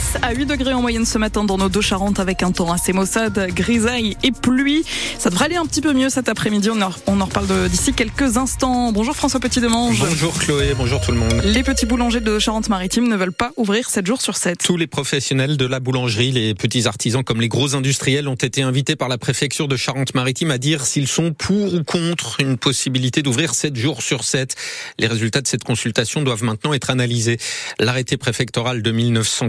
à 8 degrés en moyenne ce matin dans nos deux Charentes avec un temps assez maussade, grisaille et pluie. Ça devrait aller un petit peu mieux cet après-midi. On en reparle d'ici quelques instants. Bonjour François Petit-Demange. Bonjour Chloé, bonjour tout le monde. Les petits boulangers de Charente-Maritime ne veulent pas ouvrir 7 jours sur 7. Tous les professionnels de la boulangerie, les petits artisans comme les gros industriels ont été invités par la préfecture de Charente-Maritime à dire s'ils sont pour ou contre une possibilité d'ouvrir 7 jours sur 7. Les résultats de cette consultation doivent maintenant être analysés. L'arrêté préfectoral de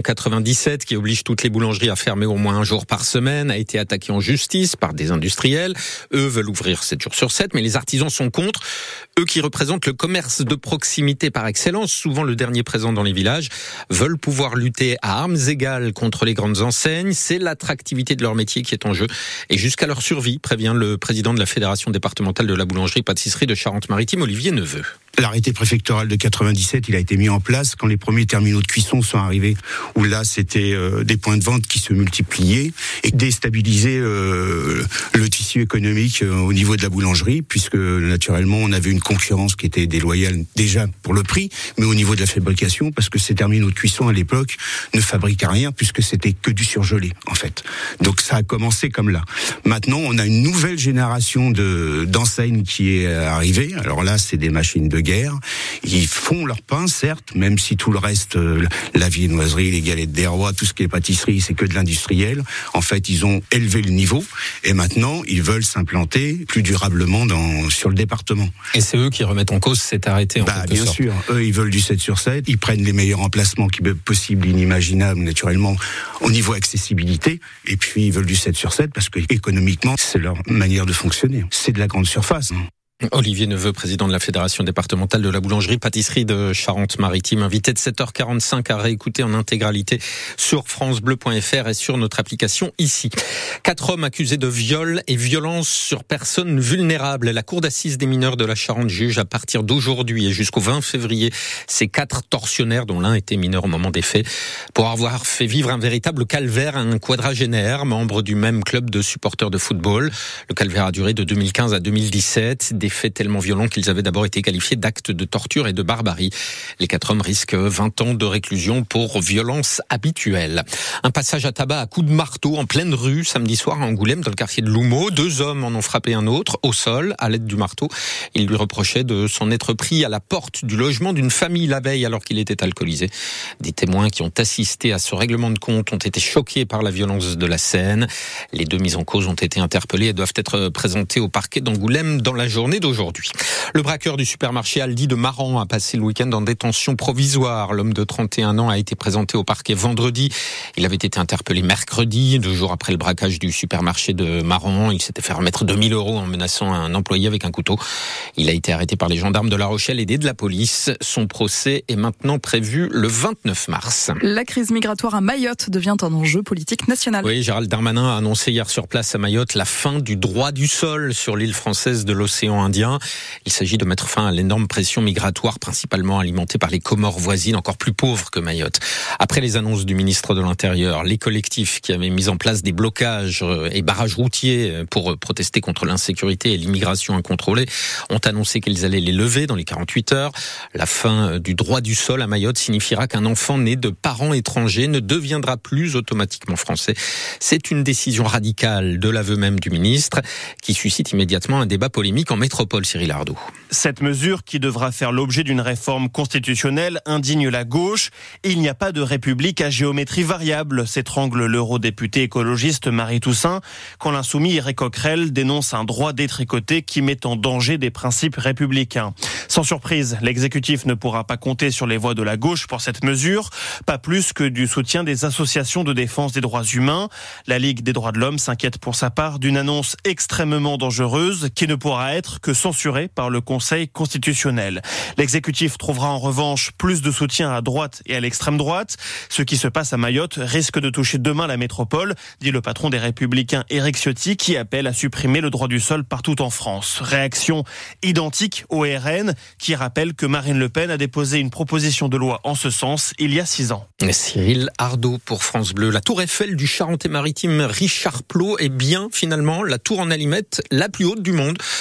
1997 qui oblige toutes les boulangeries à fermer au moins un jour par semaine a été attaqué en justice par des industriels. Eux veulent ouvrir 7 jours sur 7, mais les artisans sont contre. Eux qui représentent le commerce de proximité par excellence, souvent le dernier présent dans les villages, veulent pouvoir lutter à armes égales contre les grandes enseignes. C'est l'attractivité de leur métier qui est en jeu. Et jusqu'à leur survie, prévient le président de la Fédération départementale de la boulangerie-pâtisserie de Charente-Maritime, Olivier Neveu. L'arrêté préfectoral de 97, il a été mis en place quand les premiers terminaux de cuisson sont arrivés, où là c'était des points de vente qui se multipliaient et déstabilisaient le tissu économique au niveau de la boulangerie, puisque naturellement on avait une concurrence qui était déloyale déjà pour le prix, mais au niveau de la fabrication, parce que ces terminaux de cuisson à l'époque ne fabriquaient rien, puisque c'était que du surgelé en fait. Donc ça a commencé comme là. Maintenant on a une nouvelle génération d'enseignes qui est arrivée. Alors là c'est des machines de guerre. Ils font leur pain, certes, même si tout le reste, la viennoiserie, les galettes des rois, tout ce qui est pâtisserie, c'est que de l'industriel. En fait, ils ont élevé le niveau et maintenant, ils veulent s'implanter plus durablement sur le département. Et c'est eux qui remettent en cause cet arrêté, en quelque bien sorte. sûr. Eux, ils veulent du 7 sur 7. Ils prennent les meilleurs emplacements possibles, inimaginables, naturellement, au niveau accessibilité. Et puis, ils veulent du 7 sur 7 parce que, économiquement, c'est leur manière de fonctionner. C'est de la grande surface, hein. Olivier Neveu, président de la Fédération départementale de la boulangerie-pâtisserie de Charente-Maritime, invité de 7h45 à réécouter en intégralité sur francebleu.fr et sur notre application ici. 4 hommes accusés de viol et violence sur personnes vulnérables. La cour d'assises des mineurs de la Charente juge à partir d'aujourd'hui et jusqu'au 20 février ces 4 tortionnaires, dont l'un était mineur au moment des faits, pour avoir fait vivre un véritable calvaire à un quadragénaire, membre du même club de supporters de football. Le calvaire a duré de 2015 à 2017. Des faits tellement violents qu'ils avaient d'abord été qualifiés d'actes de torture et de barbarie. Les 4 hommes risquent 20 ans de réclusion pour violence habituelle. Un passage à tabac à coups de marteau en pleine rue samedi soir à Angoulême dans le quartier de Loumeau. 2 hommes en ont frappé un autre au sol à l'aide du marteau. Ils lui reprochaient de s'en être pris à la porte du logement d'une famille la veille alors qu'il était alcoolisé. Des témoins qui ont assisté à ce règlement de compte ont été choqués par la violence de la scène. Les 2 mis en cause ont été interpellés et doivent être présentés au parquet d'Angoulême dans la journée d'aujourd'hui. Le braqueur du supermarché Aldi de Maran a passé le week-end en détention provisoire. L'homme de 31 ans a été présenté au parquet vendredi. Il avait été interpellé mercredi, 2 jours après le braquage du supermarché de Maran. Il s'était fait remettre 2 000 € en menaçant un employé avec un couteau. Il a été arrêté par les gendarmes de La Rochelle aidés de la police. Son procès est maintenant prévu le 29 mars. La crise migratoire à Mayotte devient un enjeu politique national. Oui, Gérald Darmanin a annoncé hier sur place à Mayotte la fin du droit du sol sur l'île française de l'océan Indien. Il s'agit de mettre fin à l'énorme pression migratoire, principalement alimentée par les Comores voisines, encore plus pauvres que Mayotte. Après les annonces du ministre de l'Intérieur, les collectifs qui avaient mis en place des blocages et barrages routiers pour protester contre l'insécurité et l'immigration incontrôlée ont annoncé qu'ils allaient les lever dans les 48 heures. La fin du droit du sol à Mayotte signifiera qu'un enfant né de parents étrangers ne deviendra plus automatiquement français. C'est une décision radicale de l'aveu même du ministre qui suscite immédiatement un débat polémique en métropole, Cyril Ardo. Cette mesure, qui devra faire l'objet d'une réforme constitutionnelle, indigne la gauche. Il n'y a pas de république à géométrie variable, s'étrangle l'eurodéputé écologiste Marie Toussaint, quand l'insoumis Éric Coquerel dénonce un droit détricoté qui met en danger des principes républicains. Sans surprise, l'exécutif ne pourra pas compter sur les voix de la gauche pour cette mesure, pas plus que du soutien des associations de défense des droits humains. La Ligue des droits de l'homme s'inquiète pour sa part d'une annonce extrêmement dangereuse qui ne pourra être que censurée par le Conseil constitutionnel. L'exécutif trouvera en revanche plus de soutien à droite et à l'extrême droite. Ce qui se passe à Mayotte risque de toucher demain la métropole, dit le patron des Républicains Éric Ciotti, qui appelle à supprimer le droit du sol partout en France. Réaction identique au RN, qui rappelle que Marine Le Pen a déposé une proposition de loi en ce sens il y a 6 ans. Cyril Ardo pour France Bleu. La tour Eiffel du Charente-Maritime Richard Plot est bien finalement la tour en allimette la plus haute du monde. Après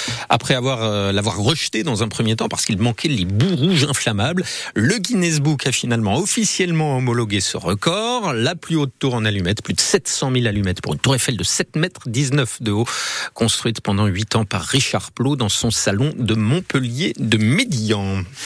après l'avoir rejeté dans un premier temps parce qu'il manquait les bouts rouges inflammables. Le Guinness Book a finalement officiellement homologué ce record. La plus haute tour en allumettes, plus de 700 000 allumettes pour une tour Eiffel de 7,19 mètres de haut, construite pendant 8 ans par Richard Plot dans son salon de Montpellier de Médian.